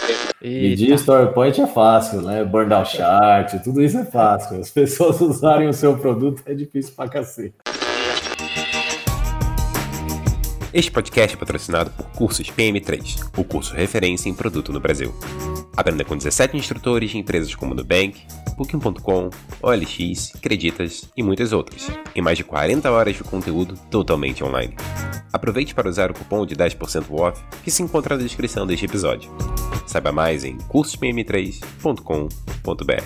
Medir Story Point é fácil, né? Burn Down Chart, tudo isso é fácil. As pessoas usarem o seu produto é difícil pra cacete. Este podcast é patrocinado por Cursos PM3, o curso referência em produto no Brasil. Aprenda com 17 instrutores de empresas como Nubank, Booking.com, OLX, Creditas e muitas outras, em mais de 40 horas de conteúdo totalmente online. Aproveite para usar o cupom de 10% off que se encontra na descrição deste episódio. Saiba mais em cursospm3.com.br.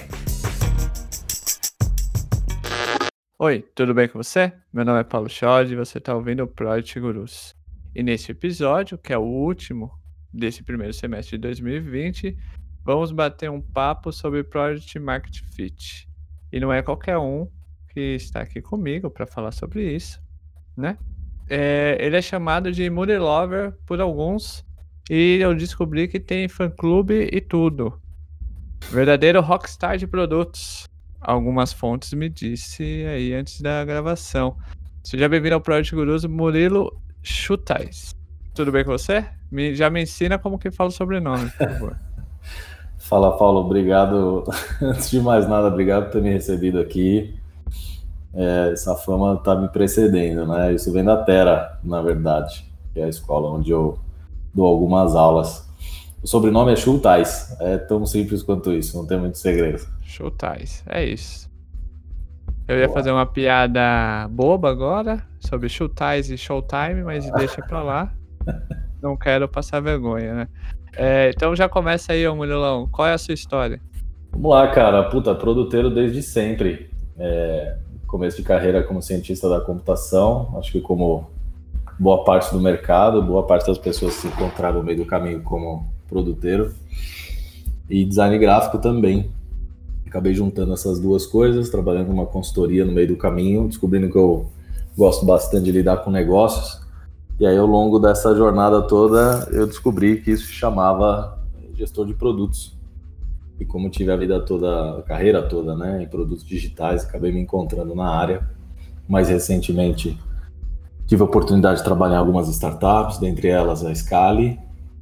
Oi, tudo bem com você? Meu nome é Paulo Schod e você está ouvindo o Product Gurus. E neste episódio, que é o último desse primeiro semestre de 2020, vamos bater um papo sobre Product Market Fit. E não é qualquer um que está aqui comigo para falar sobre isso, né? Ele é chamado de Moody Lover por alguns e eu descobri que tem fã-clube e tudo. Verdadeiro rockstar de produtos. Algumas fontes me disse aí antes da gravação. Seja bem-vindo ao Product Gurus, Murilo Chutais. Tudo bem com você? Já me ensina como que fala o sobrenome, por favor. Fala, Paulo, obrigado. Antes de mais nada, obrigado por ter me recebido aqui. Essa fama está me precedendo, né? Isso vem da Terra, na verdade, que é a escola onde eu dou algumas aulas. O sobrenome é Chutais, é tão simples quanto isso, não tem muito segredo. Chutais, é isso. Eu ia fazer uma piada boba agora sobre Chutais e Showtime, mas deixa pra lá. Não quero passar vergonha, né? Então já começa aí, ô Murilão. Qual é a sua história? Vamos lá, cara. Produteiro desde sempre. Começo de carreira como cientista da computação. Acho que como boa parte do mercado, boa parte das pessoas se encontraram no meio do caminho como produteiro. E design gráfico também. Acabei juntando essas duas coisas, trabalhando numa consultoria no meio do caminho, descobrindo que eu gosto bastante de lidar com negócios. E aí, ao longo dessa jornada toda, eu descobri que isso se chamava gestor de produtos. E como tive a vida toda, a carreira toda, né, em produtos digitais, acabei me encontrando na área. Mais recentemente, tive a oportunidade de trabalhar em algumas startups, dentre elas a Scali,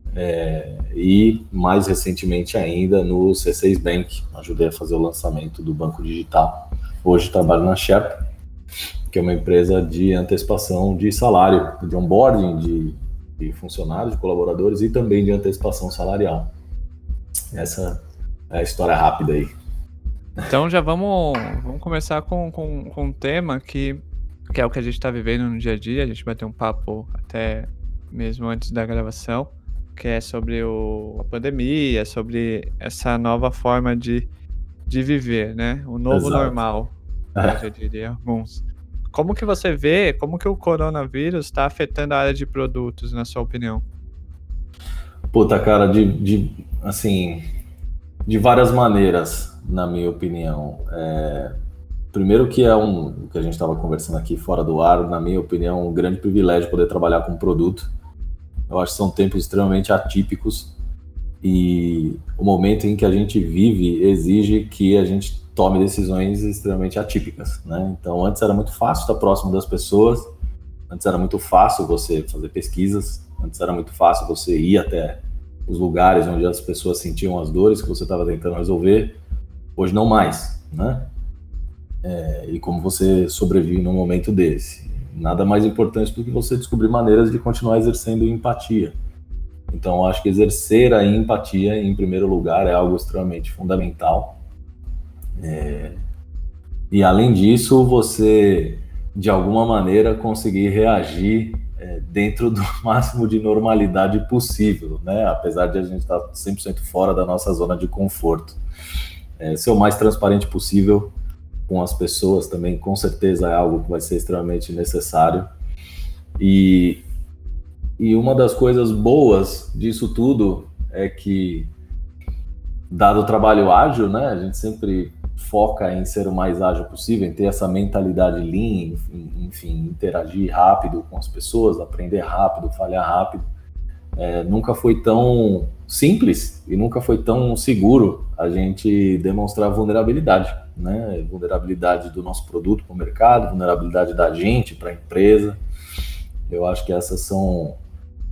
e mais recentemente ainda no C6 Bank. Ajudei a fazer o lançamento do banco digital. Hoje trabalho na Sherpa, que é uma empresa de antecipação de salário, de onboarding de funcionários, de colaboradores e também de antecipação salarial. Essa é a história rápida aí. Então já vamos começar com um tema que é o que a gente está vivendo no dia a dia. A gente bateu um papo até mesmo antes da gravação, que é sobre a pandemia, sobre essa nova forma de viver, né? O novo Exato. Normal, eu diria alguns. Como que você vê, como que o coronavírus está afetando a área de produtos, na sua opinião? Cara, de várias maneiras, na minha opinião. Primeiro que o que a gente estava conversando aqui fora do ar, na minha opinião, um grande privilégio poder trabalhar com produto. Eu acho que são tempos extremamente atípicos e o momento em que a gente vive exige que a gente tome decisões extremamente atípicas, né? Então, antes era muito fácil estar próximo das pessoas, antes era muito fácil você fazer pesquisas, antes era muito fácil você ir até os lugares onde as pessoas sentiam as dores que você estava tentando resolver. Hoje não mais, né? E como você sobrevive num momento desse? Nada mais importante do que você descobrir maneiras de continuar exercendo empatia. Então, eu acho que exercer a empatia, em primeiro lugar, é algo extremamente fundamental. E, além disso, você, de alguma maneira, conseguir reagir dentro do máximo de normalidade possível, né? Apesar de a gente estar 100% fora da nossa zona de conforto. Ser o mais transparente possível com as pessoas também, com certeza é algo que vai ser extremamente necessário. E uma das coisas boas disso tudo é que, dado o trabalho ágil, né, a gente sempre foca em ser o mais ágil possível, em ter essa mentalidade lean, enfim, interagir rápido com as pessoas, aprender rápido, falhar rápido. Nunca foi tão simples e nunca foi tão seguro a gente demonstrar vulnerabilidade, né? Vulnerabilidade do nosso produto para o mercado, vulnerabilidade da gente para a empresa. Eu acho que essas são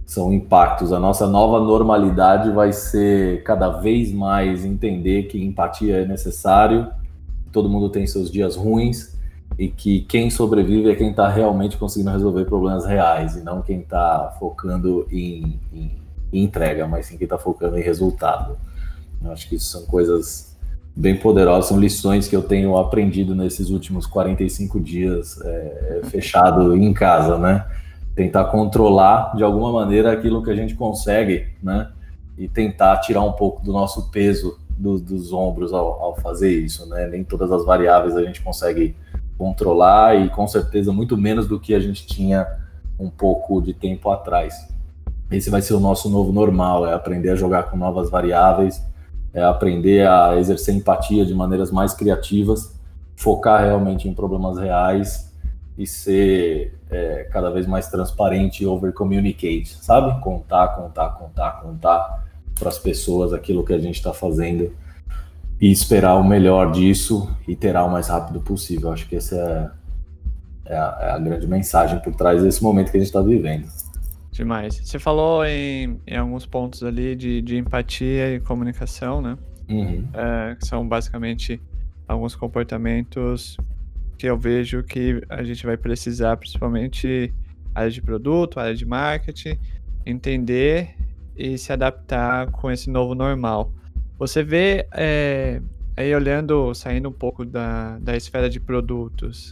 são impactos. A nossa nova normalidade vai ser cada vez mais entender que empatia é necessário, todo mundo tem seus dias ruins e que quem sobrevive é quem está realmente conseguindo resolver problemas reais e não quem está focando em entrega, mas sim quem está focando em resultado. Eu acho que isso são coisas bem poderosas, são lições que eu tenho aprendido nesses últimos 45 dias fechado em casa, né? Tentar controlar de alguma maneira aquilo que a gente consegue, né? E tentar tirar um pouco do nosso peso dos ombros ao fazer isso, né? Nem todas as variáveis a gente consegue controlar e com certeza muito menos do que a gente tinha um pouco de tempo atrás. Esse vai ser o nosso novo normal, é aprender a jogar com novas variáveis, é aprender a exercer empatia de maneiras mais criativas, focar realmente em problemas reais e ser cada vez mais transparente e over-communicate, sabe? Contar para as pessoas aquilo que a gente está fazendo e esperar o melhor disso e iterar o mais rápido possível. Acho que essa é a grande mensagem por trás desse momento que a gente está vivendo. Demais. Você falou em alguns pontos ali de empatia e comunicação, né? Uhum. Que são basicamente alguns comportamentos que eu vejo que a gente vai precisar, principalmente área de produto, área de marketing, entender e se adaptar com esse novo normal. Você vê, aí olhando, saindo um pouco da esfera de produtos,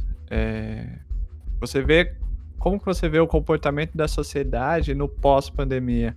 como que você vê o comportamento da sociedade no pós-pandemia?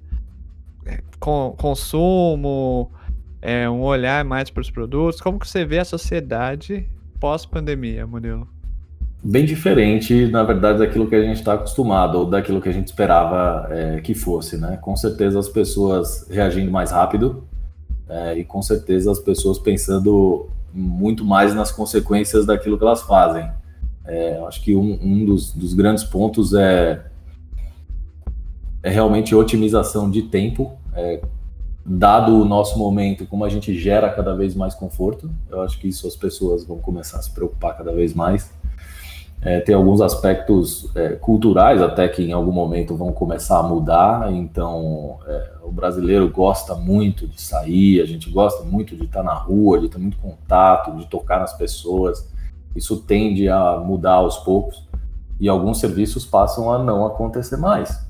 Consumo, um olhar mais para os produtos, como que você vê a sociedade pós-pandemia, Murilo? Bem diferente, na verdade, daquilo que a gente está acostumado ou daquilo que a gente esperava que fosse, né? Com certeza as pessoas reagindo mais rápido e com certeza as pessoas pensando muito mais nas consequências daquilo que elas fazem. Eu acho que um dos grandes pontos é realmente otimização de tempo, dado o nosso momento, como a gente gera cada vez mais conforto. Eu acho que isso as pessoas vão começar a se preocupar cada vez mais. Tem alguns aspectos culturais até que em algum momento vão começar a mudar, então o brasileiro gosta muito de sair, a gente gosta muito de estar na rua, de ter muito contato, de tocar nas pessoas. Isso tende a mudar aos poucos e alguns serviços passam a não acontecer mais.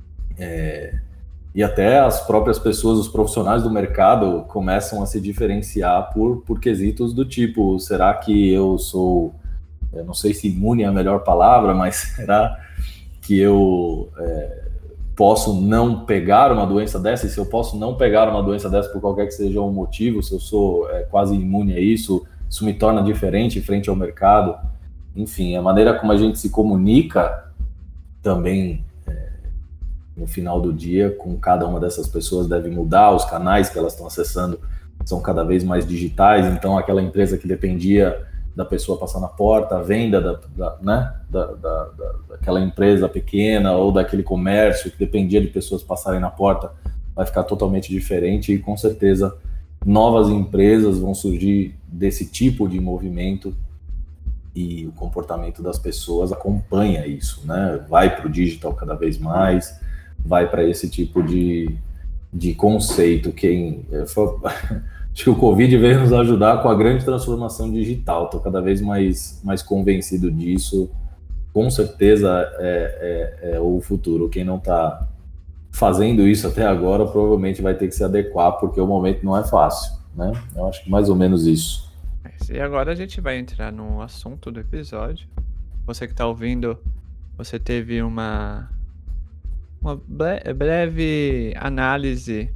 E até as próprias pessoas, os profissionais do mercado começam a se diferenciar por quesitos do tipo, será que eu não sei se imune é a melhor palavra, mas será que eu posso não pegar uma doença dessa? E se eu posso não pegar uma doença dessa por qualquer que seja o motivo, se eu sou quase imune a isso me torna diferente frente ao mercado. Enfim, a maneira como a gente se comunica também no final do dia com cada uma dessas pessoas deve mudar, os canais que elas estão acessando são cada vez mais digitais, então aquela empresa que dependia da pessoa passar na porta, a venda daquela empresa pequena ou daquele comércio que dependia de pessoas passarem na porta vai ficar totalmente diferente e com certeza novas empresas vão surgir desse tipo de movimento e o comportamento das pessoas acompanha isso, né? Vai para o digital cada vez mais, vai para esse tipo de conceito. Acho que o Covid veio nos ajudar com a grande transformação digital. Estou cada vez mais convencido disso. Com certeza é o futuro. Quem não está fazendo isso até agora provavelmente vai ter que se adequar, porque o momento não é fácil, né? Eu acho que mais ou menos isso. E agora a gente vai entrar no assunto do episódio. Você que está ouvindo, você teve uma breve análise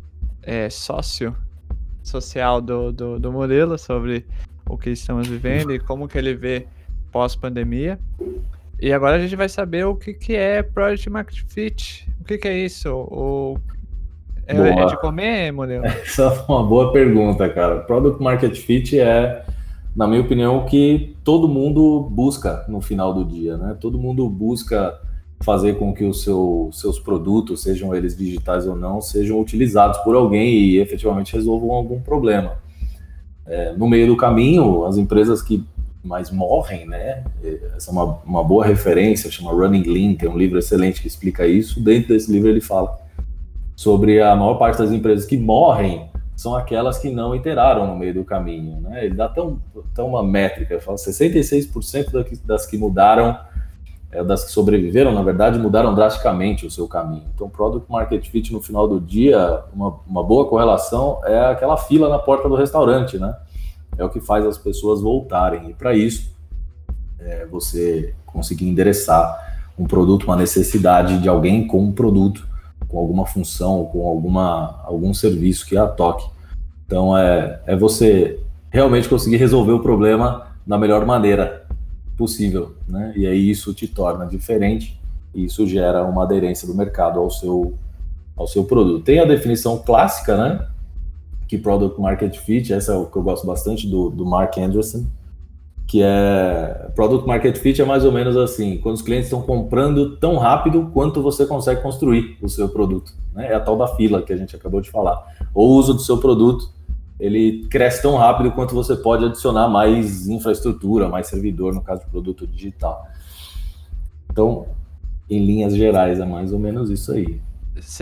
social do Murilo sobre o que estamos vivendo e como que ele vê pós-pandemia. E agora a gente vai saber o que é Product Market Fit. O que é isso? É de comer, Murilo? Essa é uma boa pergunta, cara. Product Market Fit na minha opinião, o que todo mundo busca no final do dia, né? Todo mundo busca fazer com que os seus produtos, sejam eles digitais ou não, sejam utilizados por alguém e efetivamente resolvam algum problema. No meio do caminho, as empresas que mais morrem, né? Essa é uma boa referência, chama Running Lean, tem um livro excelente que explica isso. Dentro desse livro ele fala sobre a maior parte das empresas que morrem são aquelas que não iteraram no meio do caminho, né? Ele dá até uma métrica, fala 66% das que mudaram, das que sobreviveram, na verdade, mudaram drasticamente o seu caminho. Então, Product Market Fit, no final do dia, uma boa correlação é aquela fila na porta do restaurante, né? É o que faz as pessoas voltarem. E para isso, você conseguir endereçar um produto, uma necessidade de alguém com um produto, com alguma função, com algum serviço que a toque. Então, é você realmente conseguir resolver o problema da melhor maneira possível, né? E aí isso te torna diferente e isso gera uma aderência do mercado ao seu produto. Tem a definição clássica, né? Que Product Market Fit, essa é o que eu gosto bastante do Mark Andreessen, que Product Market Fit é mais ou menos assim, quando os clientes estão comprando tão rápido quanto você consegue construir o seu produto, né? É a tal da fila que a gente acabou de falar. O uso do seu produto, ele cresce tão rápido quanto você pode adicionar mais infraestrutura, mais servidor, no caso de produto digital. Então, em linhas gerais, é mais ou menos isso aí. Você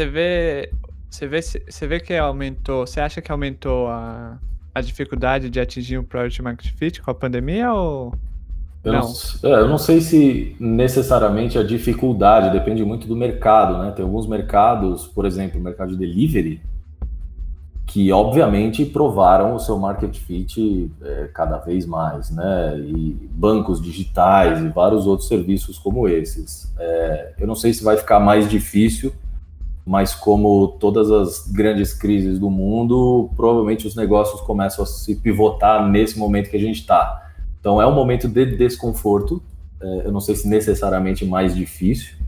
vê que aumentou, você acha que aumentou a dificuldade de atingir um Product Market Fit com a pandemia ou não? Eu não sei se necessariamente a dificuldade, depende muito do mercado, né? Tem alguns mercados, por exemplo, o mercado de delivery, que obviamente provaram o seu market fit cada vez mais, né? E bancos digitais e vários outros serviços como esses. Eu não sei se vai ficar mais difícil, mas como todas as grandes crises do mundo, provavelmente os negócios começam a se pivotar nesse momento que a gente está. Então é um momento de desconforto, eu não sei se necessariamente mais difícil,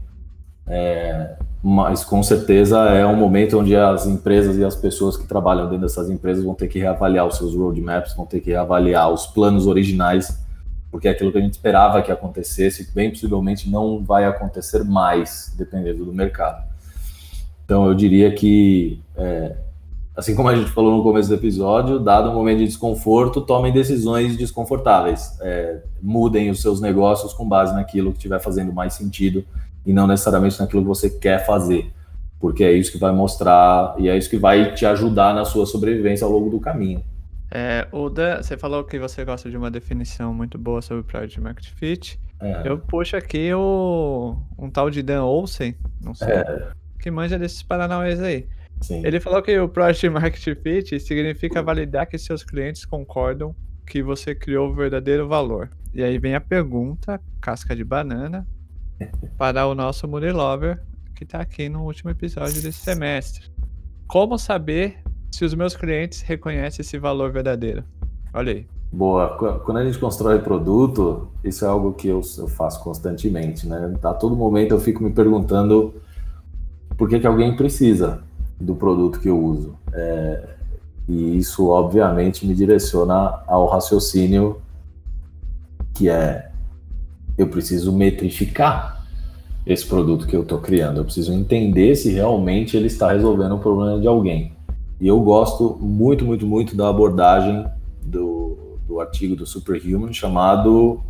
mas com certeza é um momento onde as empresas e as pessoas que trabalham dentro dessas empresas vão ter que reavaliar os seus roadmaps, vão ter que reavaliar os planos originais, porque é aquilo que a gente esperava que acontecesse, bem possivelmente não vai acontecer mais, dependendo do mercado. Então eu diria que, assim como a gente falou no começo do episódio, dado um momento de desconforto, tomem decisões desconfortáveis, mudem os seus negócios com base naquilo que estiver fazendo mais sentido, e não necessariamente naquilo que você quer fazer, porque é isso que vai mostrar e é isso que vai te ajudar na sua sobrevivência ao longo do caminho. Dan, você falou que você gosta de uma definição muito boa sobre o Product Market Fit. Eu puxo aqui um tal de Dan Olsen, não sei, que manja desses paranauês aí. Sim. Ele falou que o Product Market Fit significa validar que seus clientes concordam que você criou o verdadeiro valor. E aí vem a pergunta, casca de banana, para o nosso Moody Lover, que está aqui no último episódio desse semestre. Como saber se os meus clientes reconhecem esse valor verdadeiro? Olha aí. Boa. Quando a gente constrói produto, isso é algo que eu faço constantemente, né? A todo momento eu fico me perguntando por que alguém precisa do produto que eu uso. E isso, obviamente, me direciona ao raciocínio que eu preciso metrificar esse produto que eu estou criando. Eu preciso entender se realmente ele está resolvendo o problema de alguém. E eu gosto muito, muito, muito da abordagem do artigo do Superhuman chamado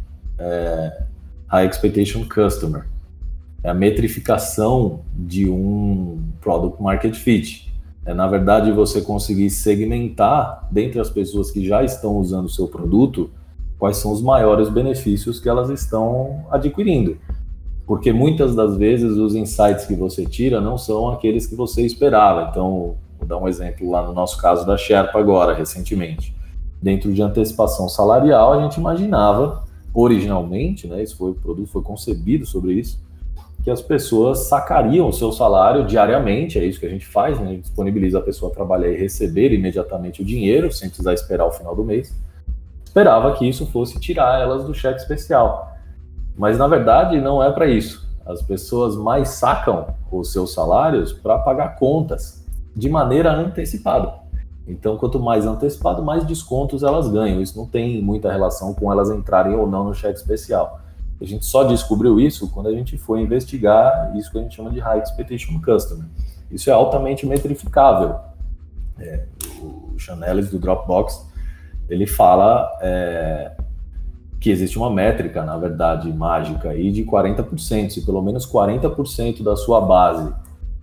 High Expectation Customer. É a metrificação de um Product Market Fit. Na verdade, você conseguir segmentar dentre as pessoas que já estão usando o seu produto quais são os maiores benefícios que elas estão adquirindo. Porque muitas das vezes os insights que você tira não são aqueles que você esperava. Então, vou dar um exemplo lá no nosso caso da Sherpa agora, recentemente. Dentro de antecipação salarial, a gente imaginava, originalmente, né, o produto foi concebido sobre isso, que as pessoas sacariam o seu salário diariamente, é isso que a gente faz, né? A gente disponibiliza a pessoa a trabalhar e receber imediatamente o dinheiro, sem precisar esperar o final do mês. Esperava que isso fosse tirar elas do cheque especial. Mas, na verdade, não é para isso. As pessoas mais sacam os seus salários para pagar contas de maneira antecipada. Então, quanto mais antecipado, mais descontos elas ganham. Isso não tem muita relação com elas entrarem ou não no cheque especial. A gente só descobriu isso quando a gente foi investigar isso que a gente chama de High Expectation Customer. Isso é altamente metrificável. O Chanelis do Dropbox, ele fala que existe uma métrica, na verdade, mágica aí de 40%. Se pelo menos 40% da sua base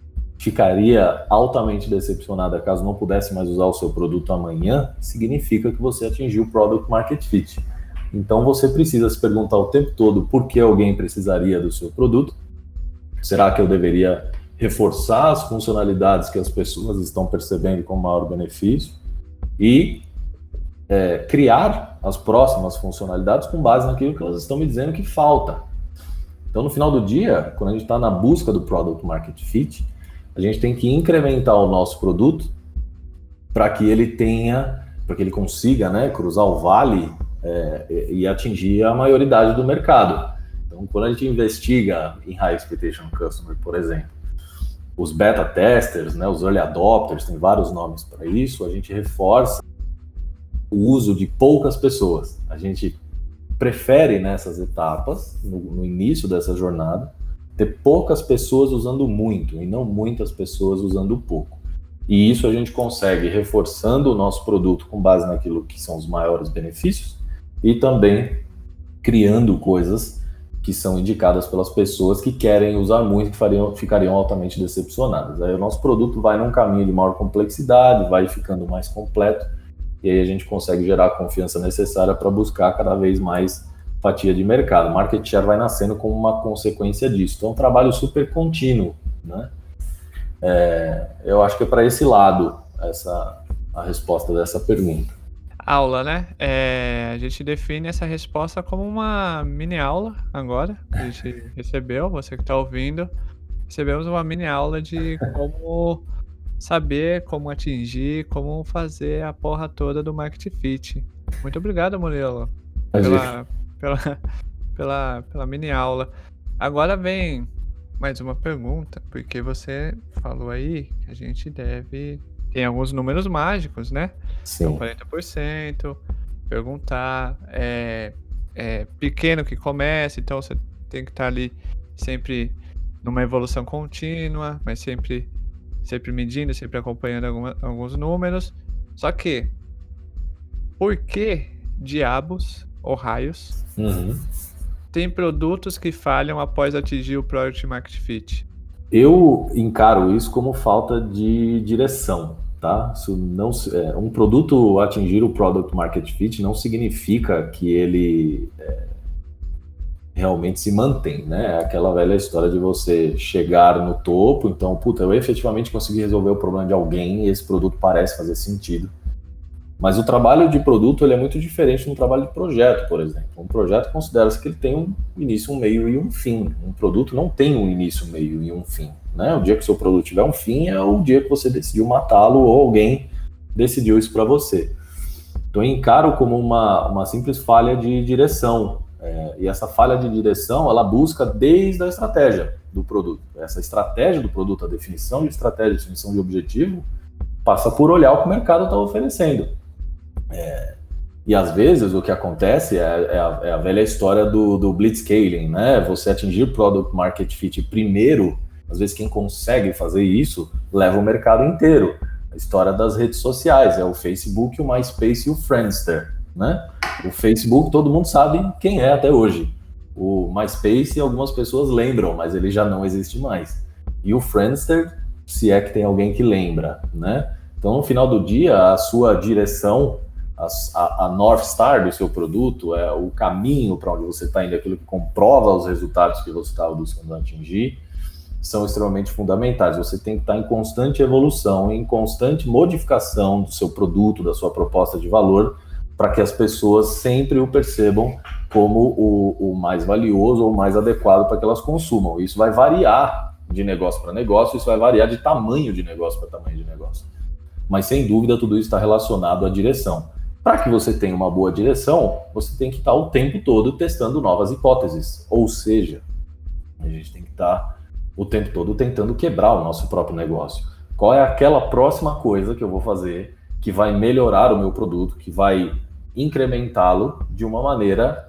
ficaria altamente decepcionada caso não pudesse mais usar o seu produto amanhã, significa que você atingiu o Product Market Fit. Então você precisa se perguntar o tempo todo por que alguém precisaria do seu produto. Será que eu deveria reforçar as funcionalidades que as pessoas estão percebendo como maior benefício e criar as próximas funcionalidades com base naquilo que elas estão me dizendo que falta. Então, no final do dia, quando a gente está na busca do Product Market Fit, a gente tem que incrementar o nosso produto para que ele consiga, né, cruzar o vale e atingir a maioridade do mercado. Então, quando a gente investiga em High Expectation Customer, por exemplo, os beta testers, né, os early adopters, tem vários nomes para isso, a gente reforça o uso de poucas pessoas. A gente prefere nessas etapas, no início dessa jornada, ter poucas pessoas usando muito e não muitas pessoas usando pouco. E isso a gente consegue reforçando o nosso produto com base naquilo que são os maiores benefícios e também criando coisas que são indicadas pelas pessoas que querem usar muito, que ficariam altamente decepcionadas. Aí o nosso produto vai num caminho de maior complexidade, vai ficando mais completo, e aí a gente consegue gerar a confiança necessária para buscar cada vez mais fatia de mercado. O market share vai nascendo como uma consequência disso. Então é um trabalho super contínuo, né? Eu acho que é para esse lado a resposta dessa pergunta. Aula, né? A gente define essa resposta como uma mini aula agora. A gente recebeu, você que está ouvindo, recebemos uma mini aula de como saber, como atingir, como fazer a porra toda do Market Fit. Muito obrigado, Murilo, pela mini aula. Agora vem mais uma pergunta, porque você falou aí que a gente tem alguns números mágicos, né? Sim. Então, 40%, perguntar, pequeno que começa, então você tem que estar ali sempre numa evolução contínua, mas sempre medindo, sempre acompanhando alguns números. Só que, por que diabos ou raios tem produtos que falham após atingir o Product Market Fit? Eu encaro isso como falta de direção, tá? Um produto atingir o Product Market Fit não significa que ele realmente se mantém, né? É aquela velha história de você chegar no topo, então, eu efetivamente consegui resolver o problema de alguém e esse produto parece fazer sentido. Mas o trabalho de produto ele é muito diferente do trabalho de projeto, por exemplo. Um projeto considera-se que ele tem um início, um meio e um fim. Um produto não tem um início, um meio e um fim, né? O dia que o seu produto tiver um fim é o dia que você decidiu matá-lo ou alguém decidiu isso para você. Então eu encaro como uma simples falha de direção. E essa falha de direção, ela busca desde a estratégia do produto. Essa estratégia do produto, a definição de estratégia, a definição de objetivo, passa por olhar o que o mercado está oferecendo. E às vezes o que acontece é a velha história do blitzscaling, né? Você atingir Product Market Fit primeiro, às vezes quem consegue fazer isso leva o mercado inteiro. A história das redes sociais, é o Facebook, o MySpace e o Friendster, né? O Facebook todo mundo sabe quem é até hoje. O MySpace algumas pessoas lembram, mas ele já não existe mais. E o Friendster, se é que tem alguém que lembra, né? Então no final do dia, a sua direção, a North Star do seu produto, o caminho para onde você está indo, aquilo que comprova os resultados que você estava buscando atingir, são extremamente fundamentais. Você tem que estar em constante evolução, em constante modificação do seu produto, da sua proposta de valor, para que as pessoas sempre o percebam como o mais valioso ou mais adequado para que elas consumam. Isso vai variar de negócio para negócio, isso vai variar de tamanho de negócio para tamanho de negócio. Mas, sem dúvida, tudo isso está relacionado à direção. Para que você tenha uma boa direção, você tem que estar o tempo todo testando novas hipóteses. Ou seja, a gente tem que estar o tempo todo tentando quebrar o nosso próprio negócio. Qual é aquela próxima coisa que eu vou fazer que vai melhorar o meu produto, que vai incrementá-lo de uma maneira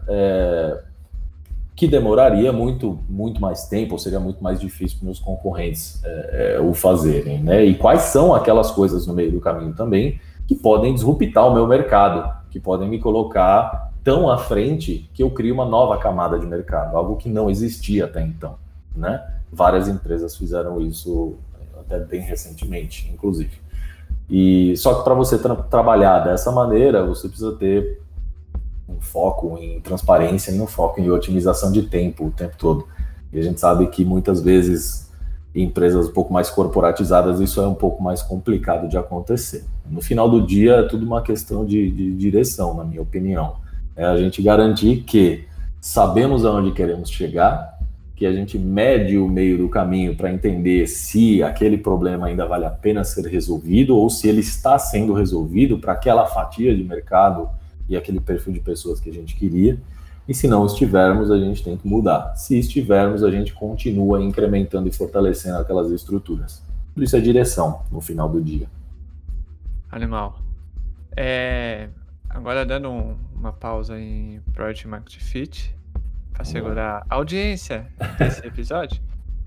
que demoraria muito, muito mais tempo, ou seria muito mais difícil para meus concorrentes o fazerem, né? E quais são aquelas coisas no meio do caminho também que podem disruptar o meu mercado, que podem me colocar tão à frente que eu crio uma nova camada de mercado, algo que não existia até então, né? Várias empresas fizeram isso até bem recentemente, inclusive. E só que para você trabalhar dessa maneira, você precisa ter um foco em transparência e um foco em otimização de tempo o tempo todo. E a gente sabe que muitas vezes em empresas um pouco mais corporatizadas isso é um pouco mais complicado de acontecer. No final do dia é tudo uma questão de direção, na minha opinião. É a gente garantir que sabemos aonde queremos chegar, que a gente mede o meio do caminho para entender se aquele problema ainda vale a pena ser resolvido ou se ele está sendo resolvido para aquela fatia de mercado e aquele perfil de pessoas que a gente queria. E se não estivermos, a gente tem que mudar. Se estivermos, a gente continua incrementando e fortalecendo aquelas estruturas. Tudo isso é direção no final do dia. Animal. Agora dando uma pausa em Product Market Fit, para segurar a audiência desse episódio.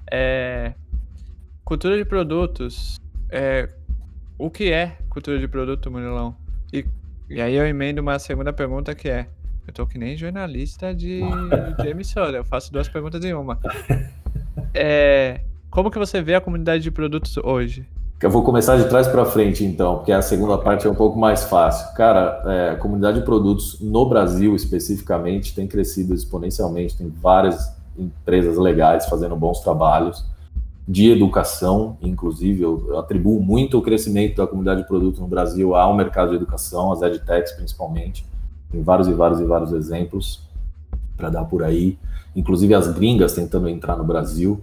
Cultura de produtos. O que é cultura de produto, Murilão? E aí eu emendo uma segunda pergunta que é: eu tô que nem jornalista de emissora, eu faço 2 perguntas em uma. Como que você vê a comunidade de produtos hoje? Eu vou começar de trás para frente, então, porque a segunda parte é um pouco mais fácil. Cara, a comunidade de produtos no Brasil, especificamente, tem crescido exponencialmente. Tem várias empresas legais fazendo bons trabalhos de educação, inclusive. Eu atribuo muito o crescimento da comunidade de produtos no Brasil ao mercado de educação, às edtechs principalmente. Tem vários e vários exemplos para dar por aí. Inclusive as gringas tentando entrar no Brasil.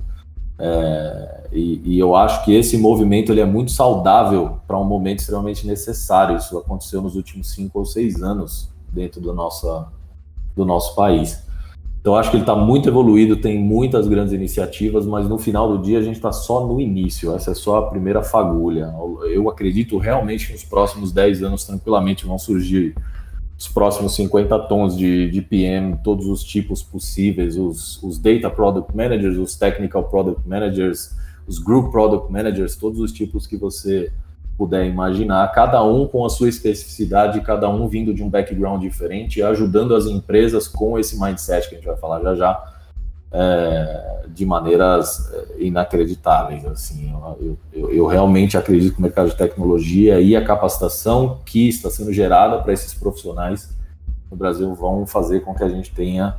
E eu acho que esse movimento ele é muito saudável para um momento extremamente necessário. Isso aconteceu nos últimos 5 ou 6 anos dentro do nosso país. Então acho que ele está muito evoluído, tem muitas grandes iniciativas, mas no final do dia a gente está só no início. Essa é só a primeira fagulha. Eu acredito realmente que nos próximos 10 anos tranquilamente vão surgir os próximos 50 tons de PM, todos os tipos possíveis, os Data Product Managers, os Technical Product Managers, os Group Product Managers, todos os tipos que você puder imaginar, cada um com a sua especificidade, cada um vindo de um background diferente, ajudando as empresas com esse mindset que a gente vai falar já, de maneiras inacreditáveis. Assim, eu realmente acredito que o mercado de tecnologia e a capacitação que está sendo gerada para esses profissionais no Brasil vão fazer com que a gente tenha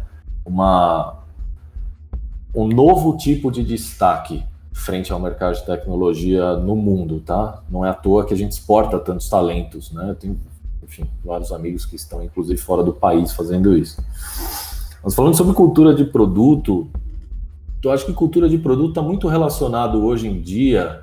um novo tipo de destaque frente ao mercado de tecnologia no mundo, tá? Não é à toa que a gente exporta tantos talentos, né? Eu tenho, enfim, vários amigos que estão, inclusive, fora do país fazendo isso. Mas falando sobre cultura de produto, eu acho que cultura de produto está muito relacionado hoje em dia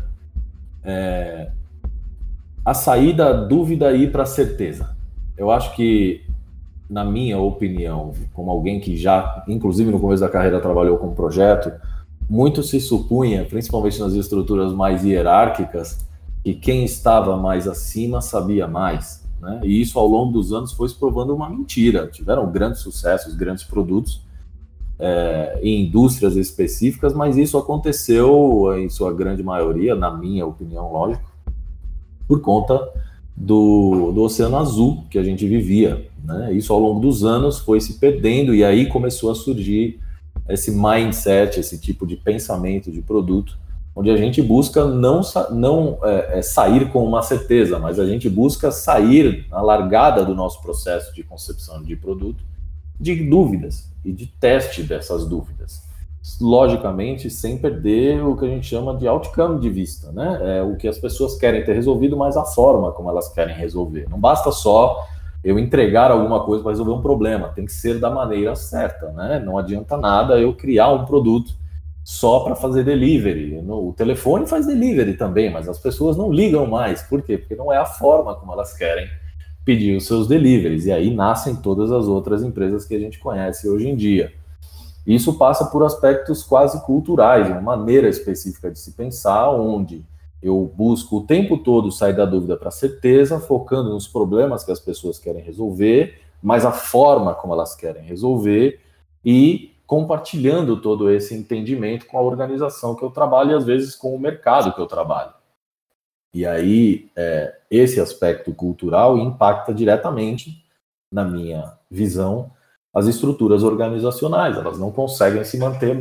a sair da dúvida e ir para a certeza. Eu acho que, na minha opinião, como alguém que já, inclusive no começo da carreira, trabalhou com projeto, muito se supunha, principalmente nas estruturas mais hierárquicas, que quem estava mais acima sabia mais, né? E isso ao longo dos anos foi se provando uma mentira. Tiveram grandes sucessos, grandes produtos em indústrias específicas, mas isso aconteceu em sua grande maioria, na minha opinião, lógico, por conta do Oceano Azul que a gente vivia, né? Isso ao longo dos anos foi se perdendo e aí começou a surgir esse mindset, esse tipo de pensamento de produto, onde a gente busca não sair com uma certeza, mas a gente busca sair na largada do nosso processo de concepção de produto de dúvidas e de teste dessas dúvidas. Logicamente, sem perder o que a gente chama de outcome de vista, né? O que as pessoas querem ter resolvido, mas a forma como elas querem resolver. Não basta só eu entregar alguma coisa para resolver um problema, tem que ser da maneira certa, né? Não adianta nada eu criar um produto só para fazer delivery. O telefone faz delivery também, mas as pessoas não ligam mais. Por quê? Porque não é a forma como elas querem pedir os seus deliveries. E aí nascem todas as outras empresas que a gente conhece hoje em dia. Isso passa por aspectos quase culturais, uma maneira específica de se pensar, onde eu busco o tempo todo sair da dúvida para a certeza, focando nos problemas que as pessoas querem resolver, mas a forma como elas querem resolver e compartilhando todo esse entendimento com a organização que eu trabalho e às vezes com o mercado que eu trabalho. E aí esse aspecto cultural impacta diretamente, na minha visão, as estruturas organizacionais. Elas não conseguem se manter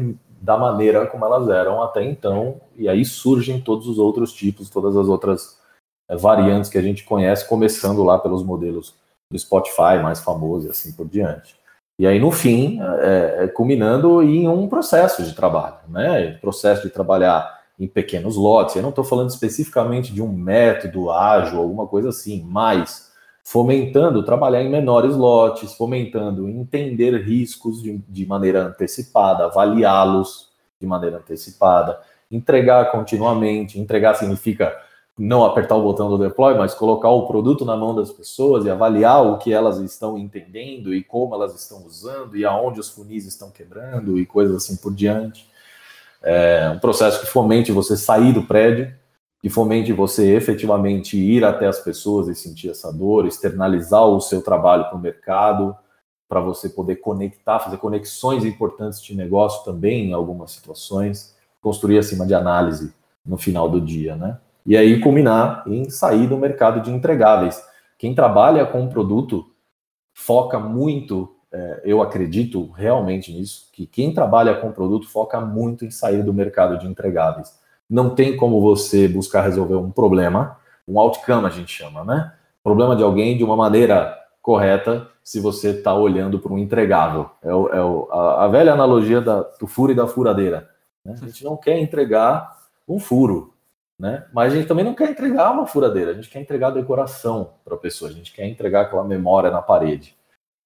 da maneira como elas eram até então, e aí surgem todos os outros tipos, todas as outras variantes que a gente conhece, começando lá pelos modelos do Spotify mais famoso e assim por diante. E aí, no fim, culminando em um processo de trabalho, né? Processo de trabalhar em pequenos lotes. Eu não estou falando especificamente de um método ágil, alguma coisa assim, mas fomentando trabalhar em menores lotes, fomentando entender riscos de maneira antecipada, avaliá-los de maneira antecipada, entregar continuamente. Entregar significa não apertar o botão do deploy, mas colocar o produto na mão das pessoas e avaliar o que elas estão entendendo e como elas estão usando e aonde os funis estão quebrando e coisas assim por diante. É um processo que fomente você sair do prédio, que fomente você efetivamente ir até as pessoas e sentir essa dor, externalizar o seu trabalho para o mercado, para você poder conectar, fazer conexões importantes de negócio também em algumas situações, construir acima de análise no final do dia, né? E aí culminar em sair do mercado de entregáveis. Quem trabalha com produto foca muito, eu acredito realmente nisso, que quem trabalha com produto foca muito em sair do mercado de entregáveis. Não tem como você buscar resolver um problema, um outcome a gente chama, né? Problema de alguém de uma maneira correta se você está olhando para um entregável. A velha analogia do furo e da furadeira, né? A gente não quer entregar um furo, né? Mas a gente também não quer entregar uma furadeira, a gente quer entregar decoração para a pessoa, a gente quer entregar aquela memória na parede.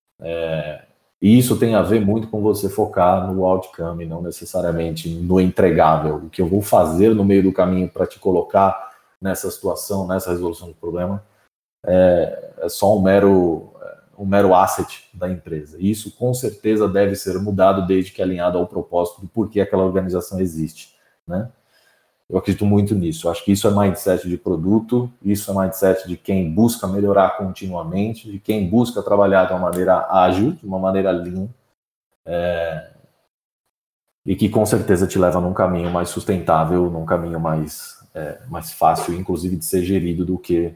E isso tem a ver muito com você focar no outcome, não necessariamente no entregável. O que eu vou fazer no meio do caminho para te colocar nessa situação, nessa resolução do problema, é só um mero asset da empresa. E isso com certeza deve ser mudado desde que alinhado ao propósito do porquê aquela organização existe, né? Eu acredito muito nisso. Eu acho que isso é mindset de produto, isso é mindset de quem busca melhorar continuamente, de quem busca trabalhar de uma maneira ágil, de uma maneira lean, e que com certeza te leva num caminho mais sustentável, num caminho mais fácil, inclusive de ser gerido do que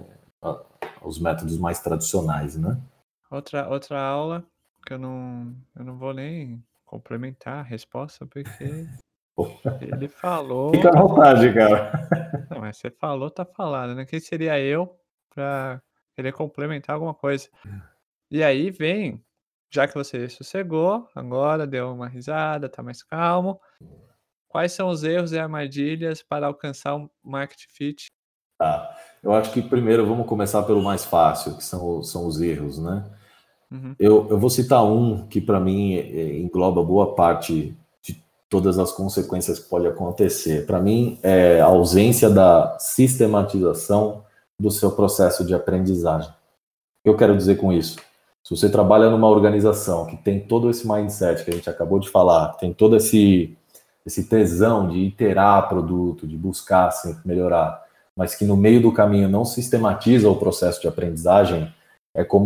os métodos mais tradicionais, né? Outra aula que eu não vou nem complementar a resposta, porque ele falou... Fica à vontade, cara. Não, mas você falou, tá falado, né? Quem seria eu para querer complementar alguma coisa? E aí vem, já que você sossegou, agora deu uma risada, tá mais calmo, quais são os erros e armadilhas para alcançar um market fit? Tá. Eu acho que primeiro vamos começar pelo mais fácil, que são os erros, né? Uhum. Eu vou citar um que para mim engloba boa parte de todas as consequências que pode acontecer. Para mim é a ausência da sistematização do seu processo de aprendizagem. O que eu quero dizer com isso? Se você trabalha numa organização que tem todo esse mindset que a gente acabou de falar, tem todo esse tesão de iterar produto, de buscar sempre melhorar, mas que no meio do caminho não sistematiza o processo de aprendizagem, é como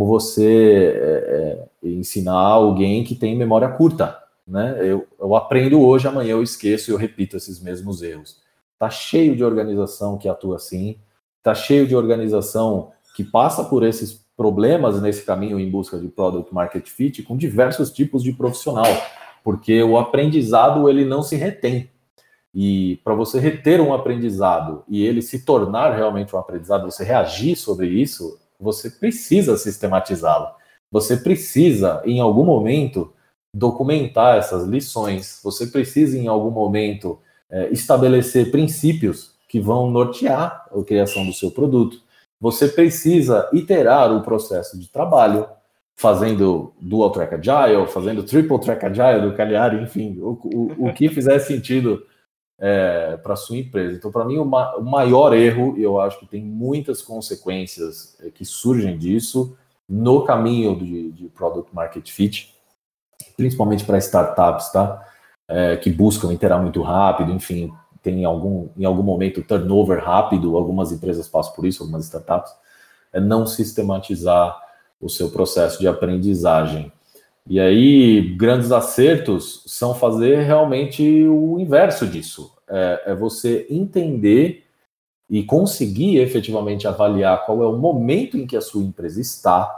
você ensinar alguém que tem memória curta, né? Eu aprendo hoje, amanhã eu esqueço e eu repito esses mesmos erros. Tá cheio de organização que atua assim, tá cheio de organização que passa por esses problemas nesse caminho em busca de product market fit com diversos tipos de profissional, porque o aprendizado ele não se retém. E para você reter um aprendizado e ele se tornar realmente um aprendizado, você reagir sobre isso, você precisa sistematizá-lo. Você precisa, em algum momento, documentar essas lições. Você precisa, em algum momento, estabelecer princípios que vão nortear a criação do seu produto. Você precisa iterar o processo de trabalho, fazendo Dual Track Agile, fazendo Triple Track Agile do Cagliari, enfim, o que fizer sentido para a sua empresa. Então, para mim, o maior erro, e eu acho que tem muitas consequências que surgem disso no caminho de Product Market Fit, principalmente para startups, tá? Que buscam iterar muito rápido, enfim, tem em algum momento turnover rápido, algumas empresas passam por isso, algumas startups, não sistematizar o seu processo de aprendizagem. E aí, grandes acertos são fazer realmente o inverso disso. É você entender e conseguir efetivamente avaliar qual é o momento em que a sua empresa está,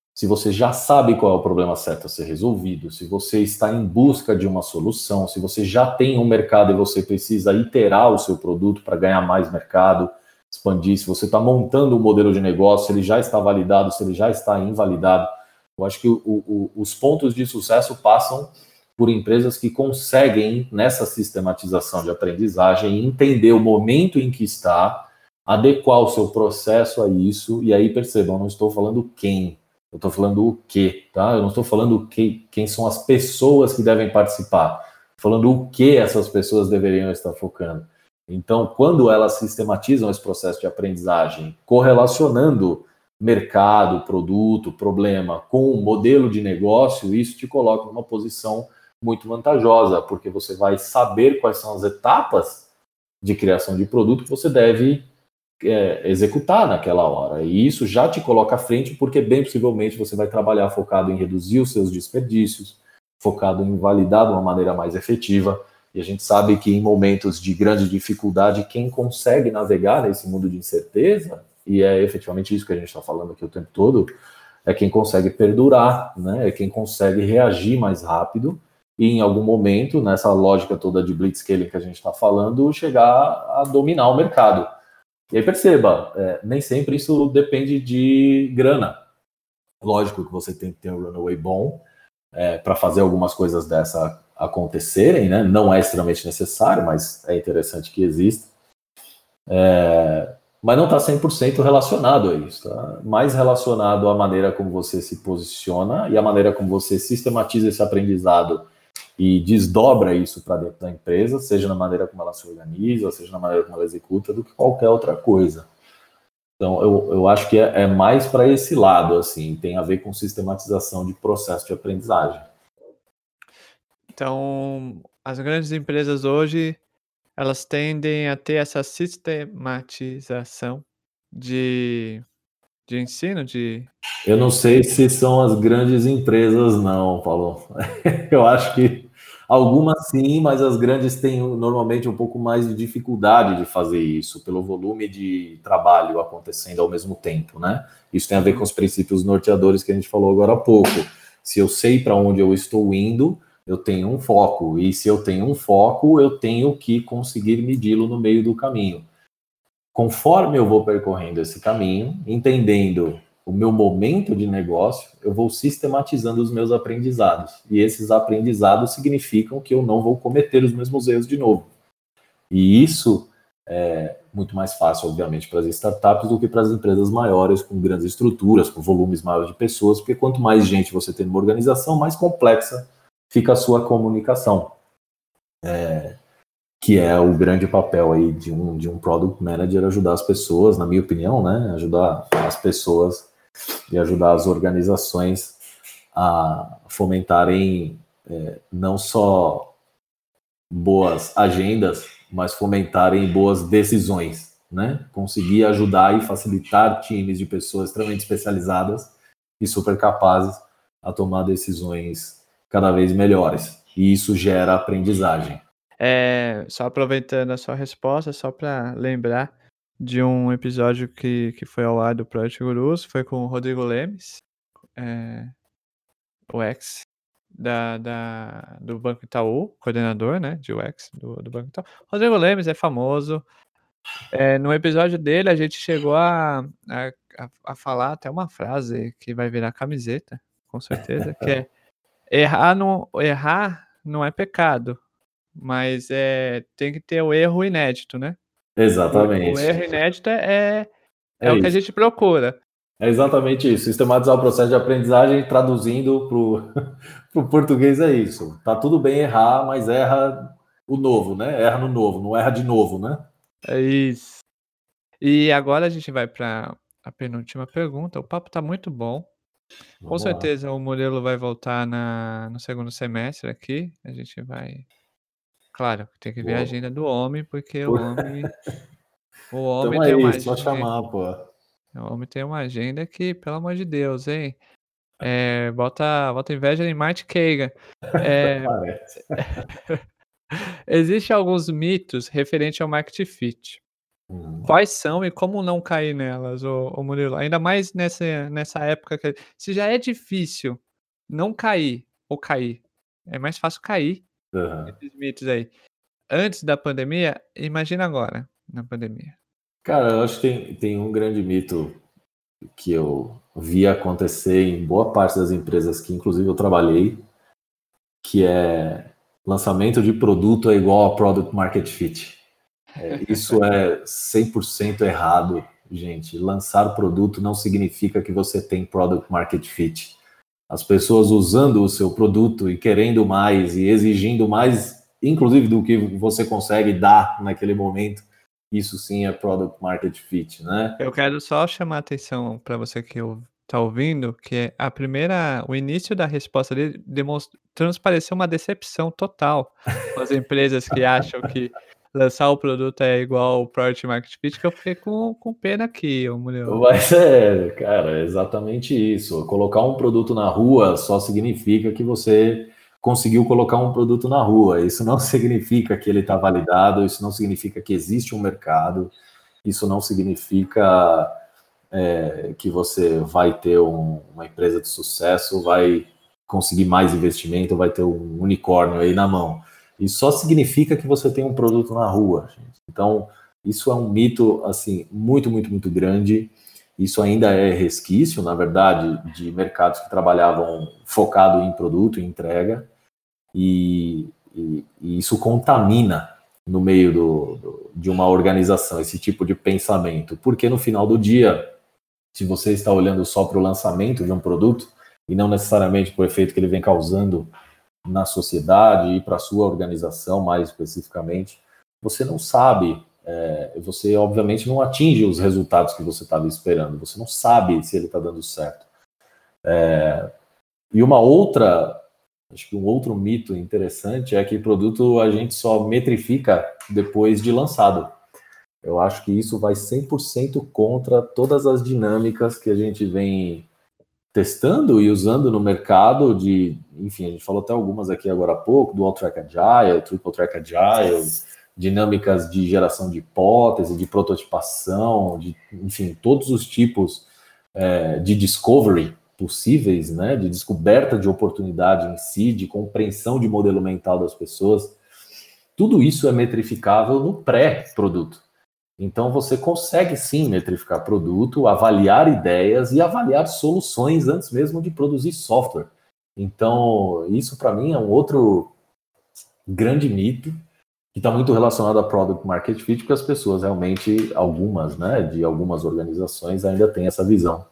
se você já sabe qual é o problema certo a ser resolvido, se você está em busca de uma solução, se você já tem um mercado e você precisa iterar o seu produto para ganhar mais mercado, expandir, se você está montando um modelo de negócio, se ele já está validado, se ele já está invalidado. Eu acho que os pontos de sucesso passam por empresas que conseguem, nessa sistematização de aprendizagem, entender o momento em que está, adequar o seu processo a isso, e aí percebam, eu não estou falando quem, eu estou falando o que, tá? Eu não estou falando quem são as pessoas que devem participar, estou falando o que essas pessoas deveriam estar focando. Então, quando elas sistematizam esse processo de aprendizagem, correlacionando mercado, produto, problema com o modelo de negócio, isso te coloca numa posição muito vantajosa, porque você vai saber quais são as etapas de criação de produto que você deve executar naquela hora. E isso já te coloca à frente, porque bem possivelmente você vai trabalhar focado em reduzir os seus desperdícios, focado em validar de uma maneira mais efetiva. E a gente sabe que em momentos de grande dificuldade, quem consegue navegar nesse mundo de incerteza, e é efetivamente isso que a gente está falando aqui o tempo todo, é quem consegue perdurar, né? É quem consegue reagir mais rápido e em algum momento, nessa lógica toda de blitzscaling que a gente está falando, chegar a dominar o mercado. E aí perceba, nem sempre isso depende de grana. Lógico que você tem que ter um runway bom para fazer algumas coisas dessa acontecerem, né? Não é extremamente necessário, mas é interessante que exista. Mas não está 100% relacionado a isso. Tá? Mais relacionado à maneira como você se posiciona e à maneira como você sistematiza esse aprendizado e desdobra isso para dentro da empresa, seja na maneira como ela se organiza, seja na maneira como ela executa, do que qualquer outra coisa. Então, eu acho que é mais para esse lado, assim, tem a ver com sistematização de processo de aprendizagem. Então, as grandes empresas hoje, elas tendem a ter essa sistematização de ensino, Eu não sei se são as grandes empresas, não, Paulo. Eu acho que algumas sim, mas as grandes têm normalmente um pouco mais de dificuldade de fazer isso, pelo volume de trabalho acontecendo ao mesmo tempo, né? Isso tem a ver com os princípios norteadores que a gente falou agora há pouco. Se eu sei para onde eu estou indo, eu tenho um foco. E se eu tenho um foco, eu tenho que conseguir medi-lo no meio do caminho. Conforme eu vou percorrendo esse caminho, entendendo o meu momento de negócio, eu vou sistematizando os meus aprendizados. E esses aprendizados significam que eu não vou cometer os mesmos erros de novo. E isso é muito mais fácil, obviamente, para as startups do que para as empresas maiores, com grandes estruturas, com volumes maiores de pessoas, porque quanto mais gente você tem numa organização, mais complexa fica a sua comunicação. Que é o grande papel aí de um product manager, ajudar as pessoas, na minha opinião, né? Ajudar as pessoas e ajudar as organizações a fomentarem não só boas agendas, mas fomentarem boas decisões, né? Conseguir ajudar e facilitar times de pessoas extremamente especializadas e super capazes a tomar decisões cada vez melhores. E isso gera aprendizagem. Só aproveitando a sua resposta, só para lembrar de um episódio que foi ao ar do Project Gurus, foi com o Rodrigo Lemes, o UX do Banco Itaú, coordenador, né, de UX do Banco Itaú. Rodrigo Lemes é famoso. No episódio dele, a gente chegou a falar até uma frase que vai virar camiseta, com certeza, que é errar não é pecado. Mas tem que ter o erro inédito, né? Exatamente. O erro inédito é o que a gente procura. É exatamente isso. Sistematizar o processo de aprendizagem, traduzindo para o português, é isso. Tá tudo bem errar, mas erra o novo, né? Erra no novo, não erra de novo, né? É isso. E agora a gente vai para a penúltima pergunta. O papo tá muito bom. Com certeza o Murilo vai voltar no segundo semestre aqui. A gente vai... Claro, tem que ver a agenda do homem, porque o homem tem uma agenda. Só chamar, pô. O homem tem uma agenda que, pelo amor de Deus, hein? Bota inveja em Matt Kagan. Parece. Existem alguns mitos referentes ao market fit. Quais são e como não cair nelas, ô Murilo? Ainda mais nessa época se já é difícil não cair ou cair, é mais fácil cair Aham. nesses mitos aí. Antes da pandemia, imagina agora, na pandemia. Cara, eu acho que tem um grande mito que eu vi acontecer em boa parte das empresas que, inclusive, eu trabalhei, que é lançamento de produto é igual a product market fit. Isso é 100% errado, gente. Lançar produto não significa que você tem product market fit. As pessoas usando o seu produto e querendo mais e exigindo mais, inclusive do que você consegue dar naquele momento, isso sim é product market fit, né? Eu quero só chamar a atenção para você que tá ouvindo, que é o início da resposta dele transpareceu uma decepção total com as empresas que acham que lançar o produto é igual o Product Market Fit, que eu fiquei com pena aqui, ô Murilo. Mas cara, é exatamente isso. Colocar um produto na rua só significa que você conseguiu colocar um produto na rua. Isso não significa que ele está validado, isso não significa que existe um mercado, isso não significa que você vai ter uma empresa de sucesso, vai conseguir mais investimento, vai ter um unicórnio aí na mão. Isso só significa que você tem um produto na rua, gente. Então, isso é um mito, assim, muito, muito, muito grande. Isso ainda é resquício, na verdade, de mercados que trabalhavam focado em produto e entrega, e isso contamina no meio de uma organização esse tipo de pensamento, porque no final do dia, se você está olhando só para o lançamento de um produto e não necessariamente para o efeito que ele vem causando na sociedade e para a sua organização mais especificamente, você não sabe, você obviamente não atinge os resultados que você estava esperando, você não sabe se ele está dando certo. E acho que um outro mito interessante é que produto a gente só metrifica depois de lançado. Eu acho que isso vai 100% contra todas as dinâmicas que a gente vem testando e usando no mercado enfim, a gente falou até algumas aqui agora há pouco, Dual Track Agile, Triple Track Agile, dinâmicas de geração de hipótese, de prototipação, enfim, todos os tipos de discovery possíveis, né, de descoberta de oportunidade em si, de compreensão de modelo mental das pessoas. Tudo isso é metrificável no pré-produto. Então, você consegue sim metrificar produto, avaliar ideias e avaliar soluções antes mesmo de produzir software. Então, isso para mim é um outro grande mito que está muito relacionado a Product Market Fit, porque as pessoas realmente, algumas, né, de algumas organizações ainda têm essa visão